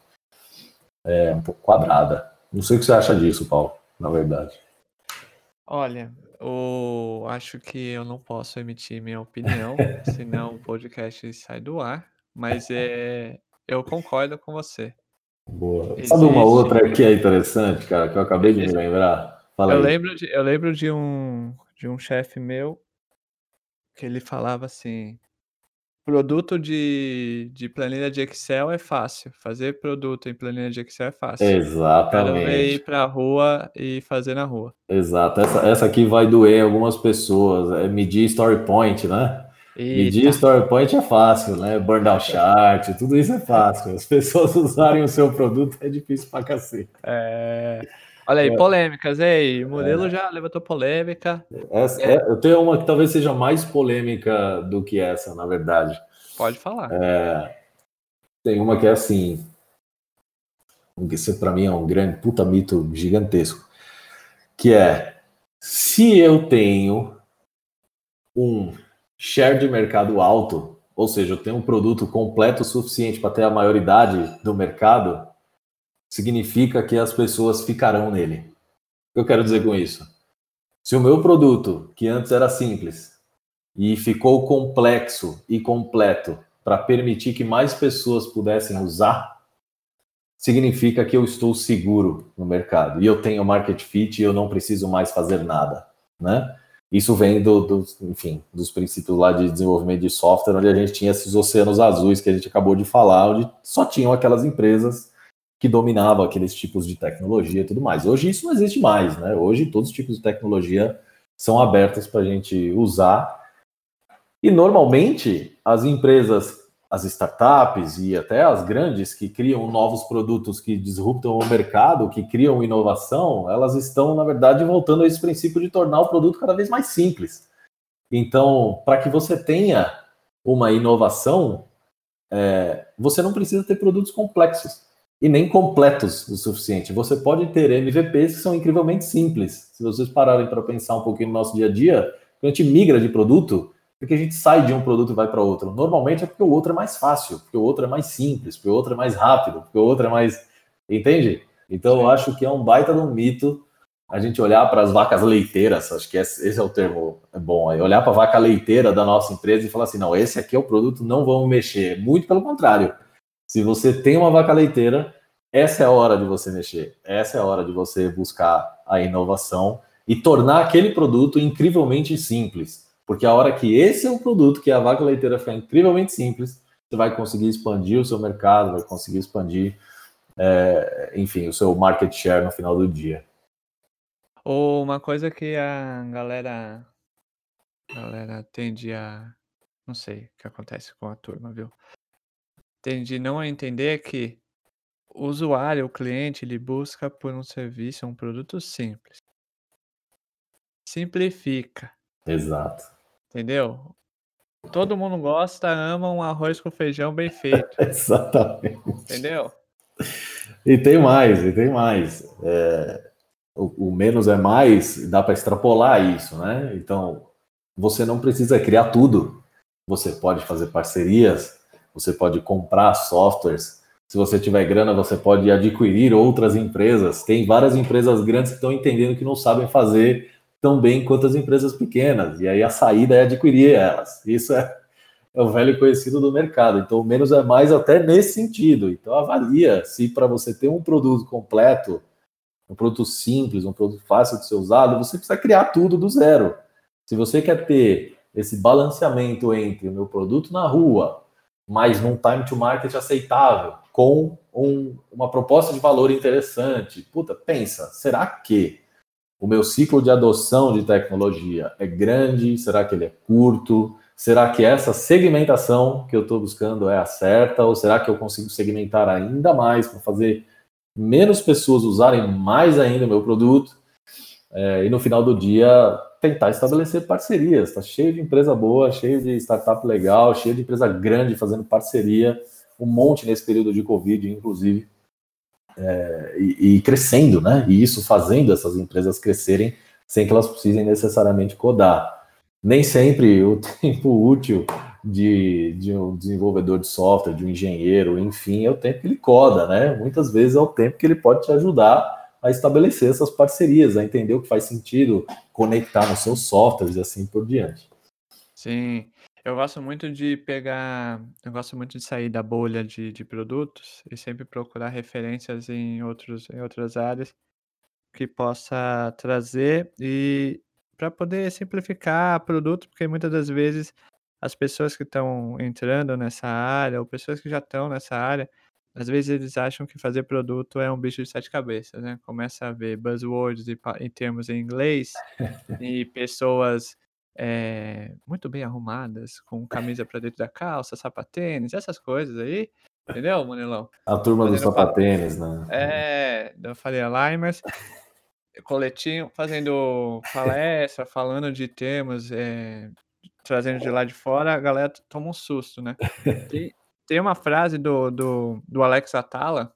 um pouco quadrada. Não sei o que você acha disso, Paulo, na verdade. Olha, acho que eu não posso emitir minha opinião, senão o podcast sai do ar, mas eu concordo com você. Boa. Sabe uma Existe outra que é interessante, cara, que eu acabei de me existe lembrar? Fala aí. eu lembro de um chefe meu que ele falava assim: "Produto de planilha de Excel é fácil, fazer produto em planilha de Excel é fácil. Quero ver ir Exatamente. pra rua e fazer na rua". Exato. Essa aqui vai doer algumas pessoas. É medir story point, né? Medir Eita. story point é fácil, né? Burnout chart, tudo isso é fácil. As pessoas usarem o seu produto é difícil pra cacete. Olha aí, polêmicas, ei, o Murilo já levantou polêmica. Eu tenho uma que talvez seja mais polêmica do que essa, na verdade. Pode falar. Tem uma que é assim, que para mim é um grande puta mito gigantesco, que é: se eu tenho um share de mercado alto, ou seja, eu tenho um produto completo o suficiente para ter a maioridade do mercado, significa que as pessoas ficarão nele. O que eu quero dizer com isso? Se o meu produto, que antes era simples, e ficou complexo e completo para permitir que mais pessoas pudessem usar, significa que eu estou seguro no mercado e eu tenho market fit e eu não preciso mais fazer nada, né? Isso vem enfim, dos princípios lá de desenvolvimento de software, onde a gente tinha esses oceanos azuis que a gente acabou de falar, onde só tinham aquelas empresas que dominavam aqueles tipos de tecnologia e tudo mais. Hoje isso não existe mais, né? Hoje todos os tipos de tecnologia são abertos para a gente usar E normalmente as empresas, as startups e até as grandes que criam novos produtos que disruptam o mercado, que criam inovação, elas estão, na verdade, voltando a esse princípio de tornar o produto cada vez mais simples. Então, para que você tenha uma inovação, você não precisa ter produtos complexos e nem completos o suficiente. Você pode ter MVPs que são incrivelmente simples. Se vocês pararem para pensar um pouquinho no nosso dia a dia, quando a gente migra de produto, porque a gente sai de um produto e vai para outro. Normalmente é porque o outro é mais fácil, porque o outro é mais simples, porque o outro é mais rápido, porque o outro é mais... Entende? Então eu acho que é um baita de um mito a gente olhar para as vacas leiteiras, acho que esse é o termo bom aí, olhar para a vaca leiteira da nossa empresa e falar assim, não, esse aqui é o produto, não vamos mexer. Muito pelo contrário. Se você tem uma vaca leiteira, essa é a hora de você mexer, essa é a hora de você buscar a inovação e tornar aquele produto incrivelmente simples. Porque a hora que esse é o produto, que a vaca leiteira ficar incrivelmente simples, você vai conseguir expandir o seu mercado, vai conseguir expandir, enfim, o seu market share no final do dia. Ou uma coisa que a galera tende a... Não sei o que acontece com a turma, viu? Tende não a entender é que o usuário, o cliente, ele busca por um serviço, um produto simples. Simplifica, Exato. entendeu? Todo mundo gosta, ama um arroz com feijão bem feito, Exatamente. entendeu? E tem mais, e tem mais. O menos é mais, dá para extrapolar isso, né? Então, você não precisa criar tudo. Você pode fazer parcerias, você pode comprar softwares. Se você tiver grana, você pode adquirir outras empresas. Tem várias empresas grandes que estão entendendo que não sabem fazer tão bem quanto as empresas pequenas. E aí a saída é adquirir elas. Isso é o velho conhecido do mercado. Então, menos é mais até nesse sentido. Então, avalia se para você ter um produto completo, um produto simples, um produto fácil de ser usado, você precisa criar tudo do zero. Se você quer ter esse balanceamento entre o meu produto na rua, mas num time to market aceitável, com uma proposta de valor interessante, pensa, será que o meu ciclo de adoção de tecnologia é grande? Será que ele é curto? Será que essa segmentação que eu estou buscando é a certa? Ou será que eu consigo segmentar ainda mais para fazer menos pessoas usarem mais ainda o meu produto? E no final do dia, tentar estabelecer parcerias. Está cheio de empresa boa, cheio de startup legal, cheio de empresa grande fazendo parceria, um monte nesse período de Covid, inclusive, e crescendo, né? E isso fazendo essas empresas crescerem sem que elas precisem necessariamente codar. Nem sempre o tempo útil de um desenvolvedor de software, de um engenheiro, enfim, é o tempo que ele coda, né? Muitas vezes é o tempo que ele pode te ajudar a estabelecer essas parcerias, a entender o que faz sentido, conectar nos seus softwares e assim por diante. Sim, eu gosto muito de sair da bolha de produtos e sempre procurar referências em outras áreas que possa trazer e para poder simplificar produto, porque muitas das vezes as pessoas que estão entrando nessa área ou pessoas que já estão nessa área, às vezes eles acham que fazer produto é um bicho de 7 cabeças, né? Começa a ver buzzwords e termos em inglês e pessoas muito bem arrumadas, com camisa para dentro da calça, sapatênis, essas coisas aí, entendeu, Manelão? A turma dos Fazendo sapatênis, né? da Faria Limers, coletinho, fazendo palestra, falando de temas, trazendo de lá de fora, a galera toma um susto, né? Tem uma frase do Alex Atala,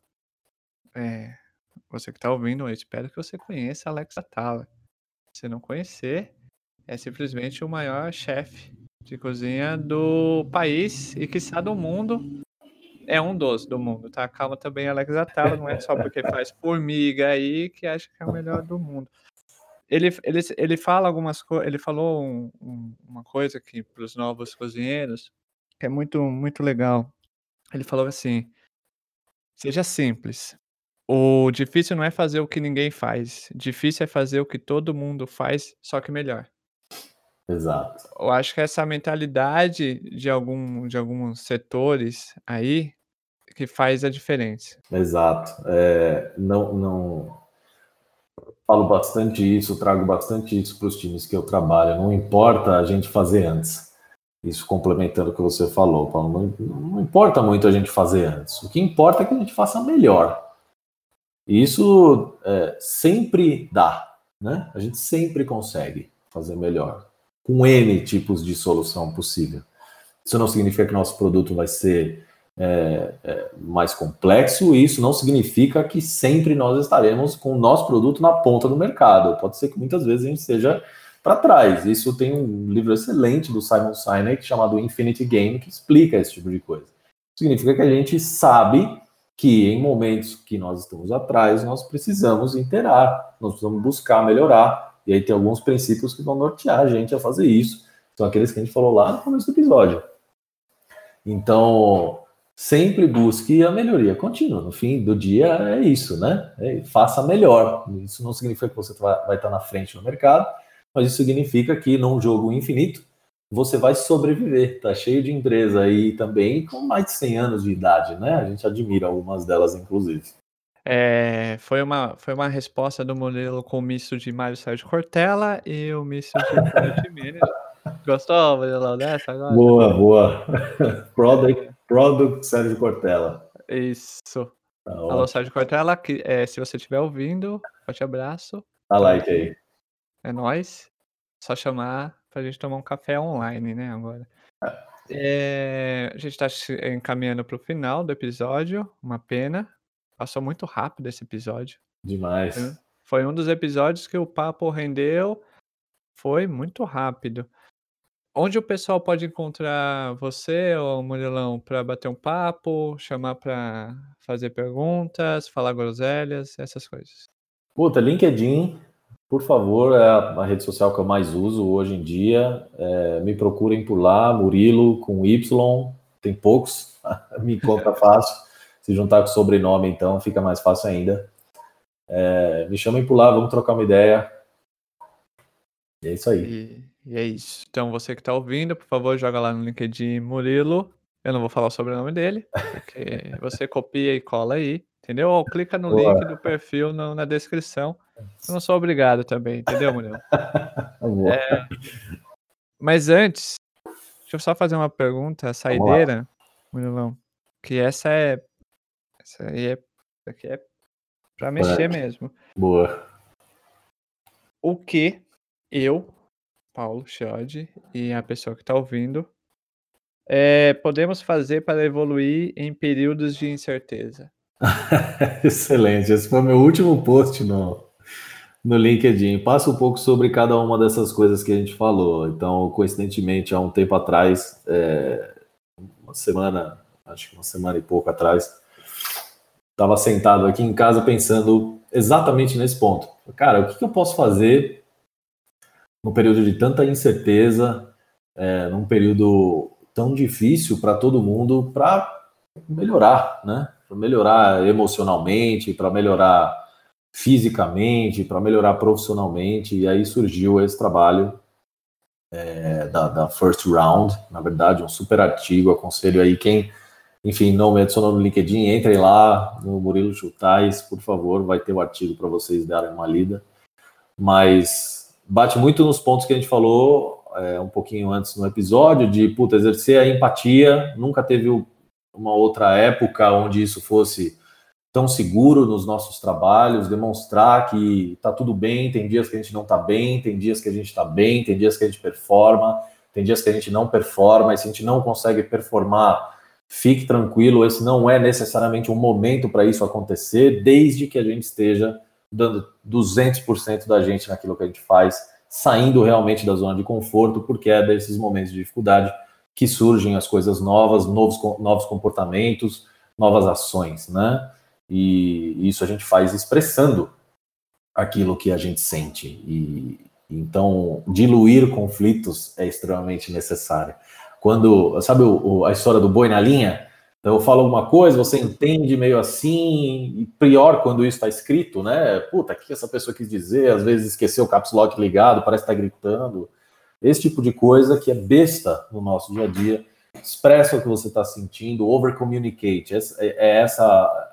você que tá ouvindo, eu espero que você conheça Alex Atala. Se não conhecer, é simplesmente o maior chefe de cozinha do país e quiçá do mundo. É um dos do mundo, tá? Calma também, Alex Atala, não é só porque faz formiga aí que acha que é o melhor do mundo. Ele fala algumas coisas, ele falou uma coisa que para os novos cozinheiros que é muito, muito legal. Ele falou assim: seja simples. O difícil não é fazer o que ninguém faz, difícil é fazer o que todo mundo faz, só que melhor. Exato. Eu acho que essa mentalidade de alguns setores aí, que faz a diferença. Exato. Não falo bastante isso, trago bastante isso para os times que eu trabalho. Não importa a gente fazer antes. Isso complementando o que você falou, Paulo, não importa muito a gente fazer antes. O que importa é que a gente faça melhor. E isso sempre dá, né? A gente sempre consegue fazer melhor, com N tipos de solução possível. Isso não significa que nosso produto vai ser mais complexo, e isso não significa que sempre nós estaremos com o nosso produto na ponta do mercado. Pode ser que muitas vezes a gente esteja para trás. Isso tem um livro excelente do Simon Sinek chamado Infinity Game, que explica esse tipo de coisa. Significa que a gente sabe que em momentos que nós estamos atrás, nós precisamos interar, nós precisamos buscar melhorar, e aí tem alguns princípios que vão nortear a gente a fazer isso. São aqueles que a gente falou lá no começo do episódio. Então, sempre busque a melhoria contínua. No fim do dia é isso, né? Faça melhor. Isso não significa que você vai estar na frente no mercado, mas isso significa que num jogo infinito você vai sobreviver. Tá cheio de empresa aí também com mais de 100 anos de idade, né? A gente admira algumas delas, inclusive. Foi uma resposta do Murilo com o misto de Mário Sérgio Cortella e o misto de Product Manager. Gostou, Murilo, dessa agora? Boa. Product Sérgio Cortella. Isso. Tá Alô, ótimo. Sérgio Cortella, se você estiver ouvindo, forte abraço. Dá like aí. É nóis. Só chamar pra gente tomar um café online, né, agora. A gente tá encaminhando pro final do episódio, uma pena. Passou muito rápido esse episódio. Demais. Foi um dos episódios que o papo rendeu, foi muito rápido. Onde o pessoal pode encontrar você, ô Murilão, para bater um papo, chamar para fazer perguntas, falar groselhas, essas coisas? Puta, LinkedIn, por favor, é a rede social que eu mais uso hoje em dia. Me procurem por lá, Murilo com Y, tem poucos, me encontra fácil. Se juntar com o sobrenome, então, fica mais fácil ainda. Me chamem por lá, vamos trocar uma ideia. E é isso aí. E é isso. Então, você que está ouvindo, por favor, joga lá no LinkedIn Murilo. Eu não vou falar o sobrenome dele, porque você copia e cola aí, entendeu? Ou clica no Boa. link do perfil na descrição. Eu não sou obrigado também, entendeu, Murilo? Mas antes, deixa eu só fazer uma pergunta saideira, Murilão. Que essa aqui é pra mexer mesmo. Boa. O que eu, Paulo Chiodi, e a pessoa que tá ouvindo, podemos fazer para evoluir em períodos de incerteza? Excelente. Esse foi o meu último post no LinkedIn. Passa um pouco sobre cada uma dessas coisas que a gente falou. Então, coincidentemente, há um tempo atrás, acho que uma semana e pouco atrás, estava sentado aqui em casa pensando exatamente nesse ponto. Cara, o que eu posso fazer num período de tanta incerteza, num período tão difícil para todo mundo, para melhorar, né? Para melhorar emocionalmente, para melhorar fisicamente, para melhorar profissionalmente. E aí surgiu esse trabalho da First Round, na verdade, um super artigo. Aconselho aí quem, enfim, não me adicionou no LinkedIn, entrem lá no Murilo Chutais, por favor, vai ter o artigo para vocês darem uma lida. Mas bate muito nos pontos que a gente falou um pouquinho antes no episódio, de exercer a empatia. Nunca teve uma outra época onde isso fosse tão seguro nos nossos trabalhos, demonstrar que tá tudo bem, tem dias que a gente não tá bem, tem dias que a gente tá bem, tem dias que a gente performa, tem dias que a gente não performa, e se a gente não consegue performar, fique tranquilo, esse não é necessariamente um momento para isso acontecer, desde que a gente esteja dando 200% da gente naquilo que a gente faz, saindo realmente da zona de conforto, porque é desses momentos de dificuldade que surgem as coisas novas, novos comportamentos, novas ações, né? E isso a gente faz expressando aquilo que a gente sente. E então, diluir conflitos é extremamente necessário. Quando, sabe a história do boi na linha? Então eu falo alguma coisa, você entende meio assim, e pior quando isso está escrito, né? Puta, o que essa pessoa quis dizer? Às vezes esqueceu o caps lock ligado, parece que está gritando. Esse tipo de coisa que é besta no nosso dia a dia. Expressa o que você está sentindo, over-communicate. É essa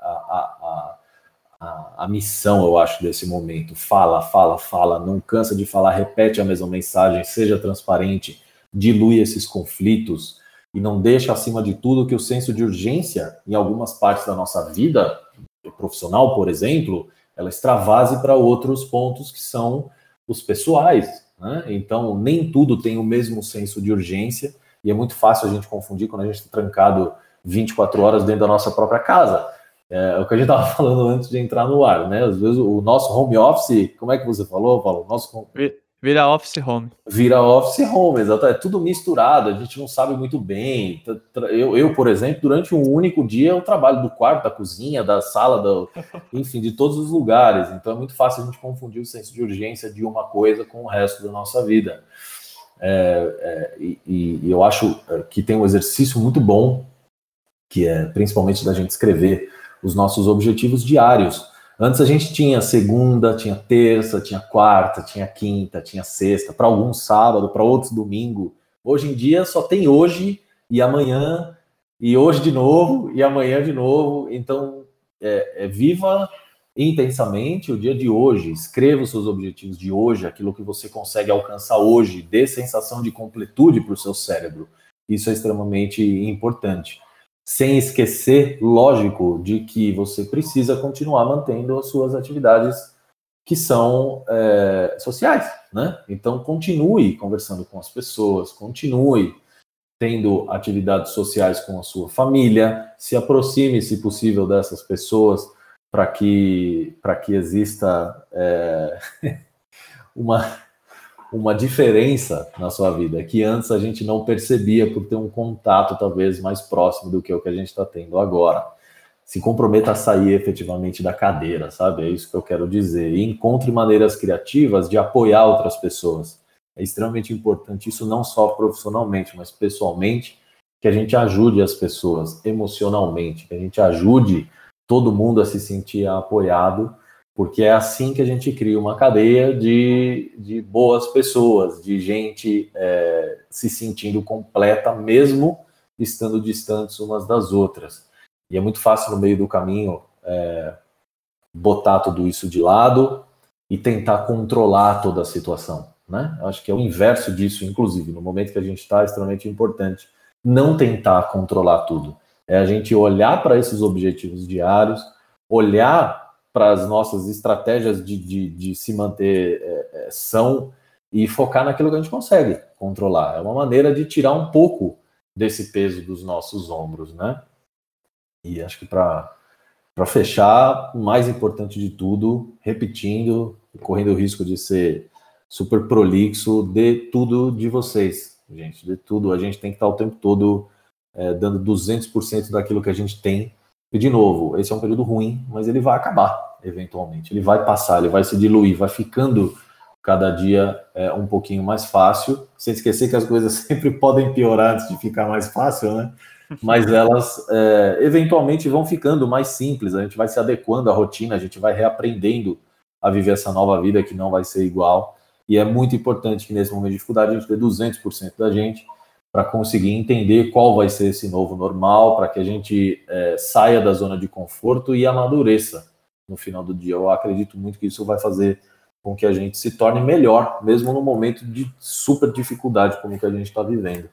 a missão, eu acho, desse momento. Fala, não cansa de falar, repete a mesma mensagem, seja transparente, dilui esses conflitos e não deixa, acima de tudo, que o senso de urgência, em algumas partes da nossa vida profissional, por exemplo, ela extravase para outros pontos que são os pessoais, né? Então, nem tudo tem o mesmo senso de urgência e é muito fácil a gente confundir quando a gente está trancado 24 horas dentro da nossa própria casa. É o que a gente estava falando antes de entrar no ar, né? Às vezes o nosso home office, como é que você falou, Paulo? Vira office home. Vira office home, exato. É tudo misturado, a gente não sabe muito bem. Eu, por exemplo, durante um único dia, eu trabalho do quarto, da cozinha, da sala, enfim, de todos os lugares. Então é muito fácil a gente confundir o senso de urgência de uma coisa com o resto da nossa vida. E eu acho que tem um exercício muito bom, que é principalmente da gente escrever os nossos objetivos diários. Antes a gente tinha segunda, tinha terça, tinha quarta, tinha quinta, tinha sexta, para alguns sábado, para outros domingo. Hoje em dia só tem hoje e amanhã, e hoje de novo, e amanhã de novo. Então, viva intensamente o dia de hoje, escreva os seus objetivos de hoje, aquilo que você consegue alcançar hoje, dê sensação de completude para o seu cérebro. Isso é extremamente importante. Sem esquecer, lógico, de que você precisa continuar mantendo as suas atividades que são sociais, né? Então, continue conversando com as pessoas, continue tendo atividades sociais com a sua família, se aproxime, se possível, dessas pessoas para que exista uma diferença na sua vida, que antes a gente não percebia por ter um contato talvez mais próximo do que o que a gente está tendo agora. Se comprometa a sair efetivamente da cadeira, sabe? É isso que eu quero dizer. E encontre maneiras criativas de apoiar outras pessoas. É extremamente importante isso não só profissionalmente, mas pessoalmente, que a gente ajude as pessoas emocionalmente, que a gente ajude todo mundo a se sentir apoiado, porque é assim que a gente cria uma cadeia de boas pessoas, de gente se sentindo completa, mesmo estando distantes umas das outras. E é muito fácil, no meio do caminho, botar tudo isso de lado e tentar controlar toda a situação, né? Eu acho que é o inverso disso, inclusive, no momento que a gente está, é extremamente importante não tentar controlar tudo. É a gente olhar para esses objetivos diários, olhar para as nossas estratégias de se manter são e focar naquilo que a gente consegue controlar. É uma maneira de tirar um pouco desse peso dos nossos ombros, né? E acho que para fechar, o mais importante de tudo, repetindo, correndo o risco de ser super prolixo, dê tudo de vocês, gente, dê tudo. A gente tem que estar o tempo todo dando 200% daquilo que a gente tem. E, de novo, esse é um período ruim, mas ele vai acabar, eventualmente. Ele vai passar, ele vai se diluir, vai ficando cada dia um pouquinho mais fácil, sem esquecer que as coisas sempre podem piorar antes de ficar mais fácil, né? Mas elas eventualmente vão ficando mais simples, a gente vai se adequando à rotina, a gente vai reaprendendo a viver essa nova vida que não vai ser igual. E é muito importante que nesse momento de dificuldade a gente dê 200% da gente para conseguir entender qual vai ser esse novo normal, para que a gente saia da zona de conforto e amadureça no final do dia. Eu acredito muito que isso vai fazer com que a gente se torne melhor, mesmo no momento de super dificuldade como que a gente está vivendo.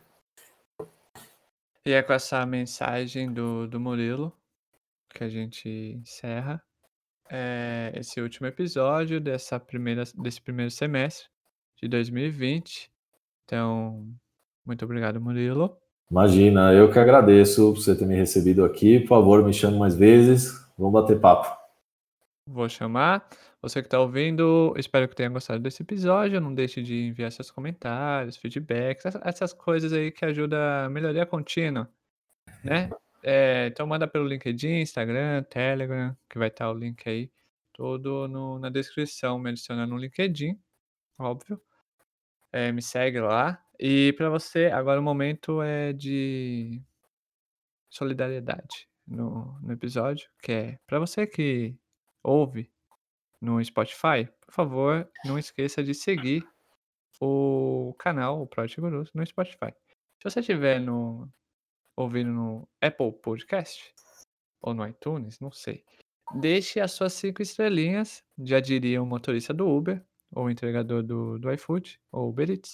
E é com essa mensagem do Murilo que a gente encerra esse último episódio desse primeiro semestre de 2020. Então, muito obrigado, Murilo. Imagina, eu que agradeço por você ter me recebido aqui. Por favor, me chame mais vezes. Vamos bater papo. Vou chamar. Você que está ouvindo, espero que tenha gostado desse episódio. Não deixe de enviar seus comentários, feedbacks, essas coisas aí que ajudam a melhoria contínua, né? Então manda pelo LinkedIn, Instagram, Telegram, que vai estar o link aí todo na descrição. Me adiciona no LinkedIn, óbvio. Me segue lá. E para você, agora o momento é de solidariedade no episódio, que é para você que ouve no Spotify, por favor, não esqueça de seguir o canal, o Project Gurus, no Spotify. Se você estiver ouvindo no Apple Podcast ou no iTunes, não sei, deixe as suas 5 estrelinhas, já diria o motorista do Uber, ou o entregador do iFood, ou Uber Eats.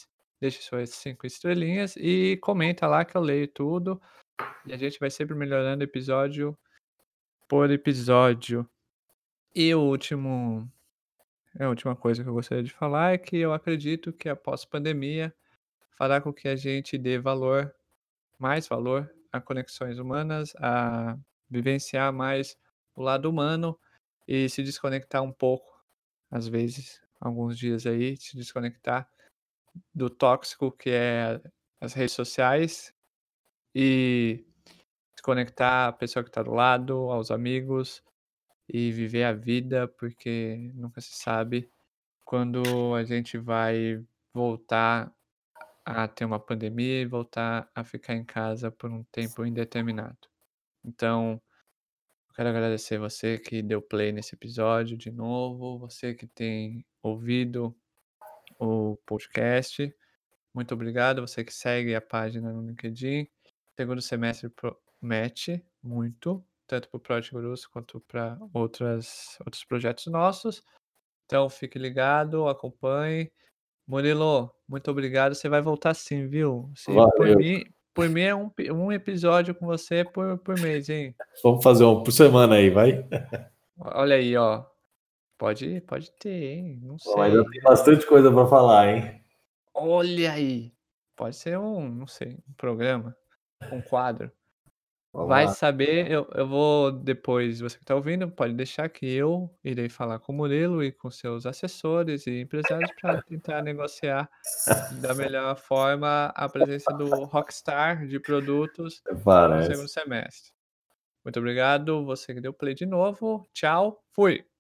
deixe suas 5 estrelinhas e comenta lá que eu leio tudo. E a gente vai sempre melhorando episódio por episódio. E a última coisa que eu gostaria de falar é que eu acredito que após pandemia fará com que a gente dê mais valor a conexões humanas, a vivenciar mais o lado humano e se desconectar um pouco, às vezes, alguns dias aí, se desconectar do tóxico que é as redes sociais e desconectar a pessoa que está do lado, aos amigos e viver a vida, porque nunca se sabe quando a gente vai voltar a ter uma pandemia e voltar a ficar em casa por um tempo indeterminado. Então, eu quero agradecer você que deu play nesse episódio de novo, você que tem ouvido o podcast. Muito obrigado, você que segue a página no LinkedIn. Segundo semestre promete muito, tanto para o Project Gurus quanto para outros projetos nossos. Então, fique ligado, acompanhe. Murilo, muito obrigado. Você vai voltar sim, viu? Se Valeu. por mim é um episódio com você por mês, hein? Vamos fazer um por semana aí, vai? Olha aí, ó. Pode ter, hein? Não Bom, ainda sei. tem bastante coisa para falar, hein? Olha aí. Pode ser não sei, um programa, um quadro. Vamos Vai lá. saber, eu vou depois, você que está ouvindo, pode deixar que eu irei falar com o Murilo e com seus assessores e empresários para tentar negociar da melhor forma a presença do rockstar de produtos no segundo Parece. semestre. Muito obrigado, você que deu play de novo. Tchau, fui!